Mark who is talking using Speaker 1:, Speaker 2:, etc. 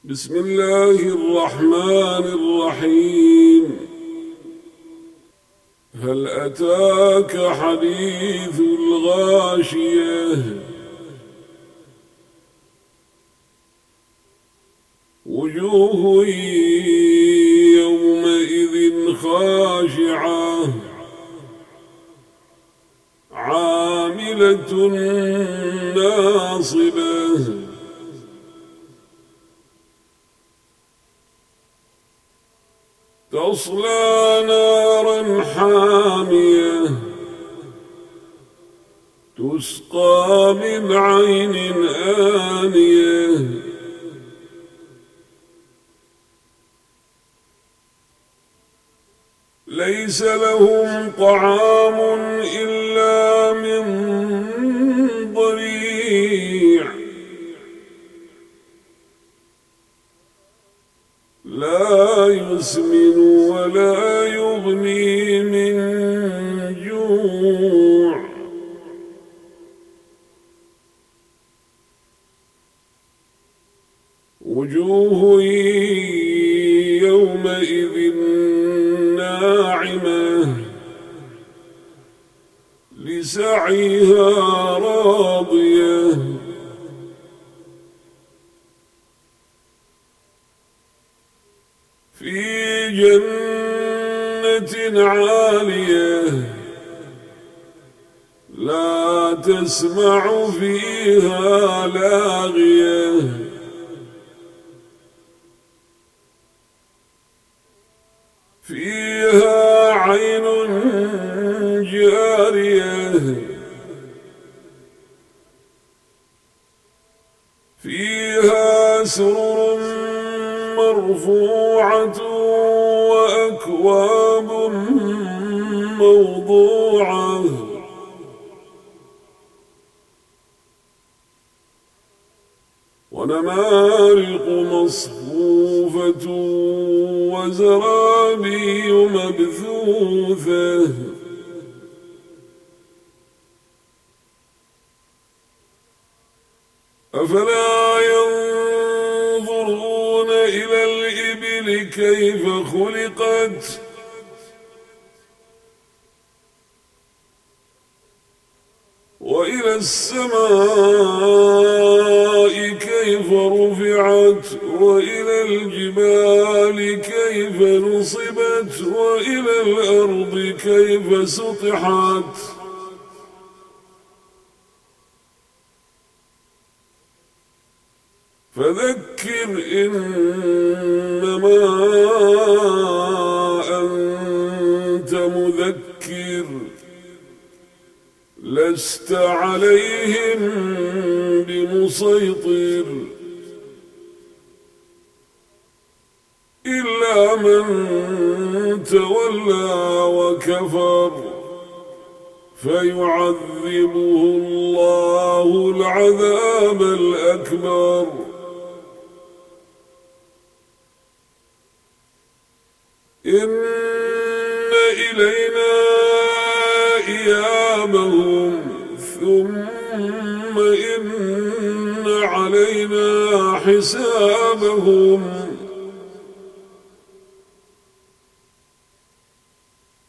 Speaker 1: بسم الله الرحمن الرحيم. هل أتاك حديث الغاشية؟ وجوه يومئذ خاشعة عاملة ناصبة تصلى نارا حامية تسقى من عين آنية ليس لهم طعام إلا من ضريع لا يسمن ولا يغني من جوع وجوه يومئذ ناعمة لسعيها راضية في جنة عالية لا تسمع فيها لاغية فيها عين جارية فيها سرر مرفوعة وأكواب موضوعة ونمارق مصفوفة وزرابي مبثوثة أفلا ينظرون إلى الإبل كيف خلقت وإلى السماء كيف رفعت وإلى الجبال كيف نصبت وإلى الأرض كيف سطحت فذكر إنما أنت مذكر لست عليهم بمسيطر إلا من تولى وكفر فيعذبه الله العذاب الأكبر إن إلينا إيابهم ثم إن علينا حسابهم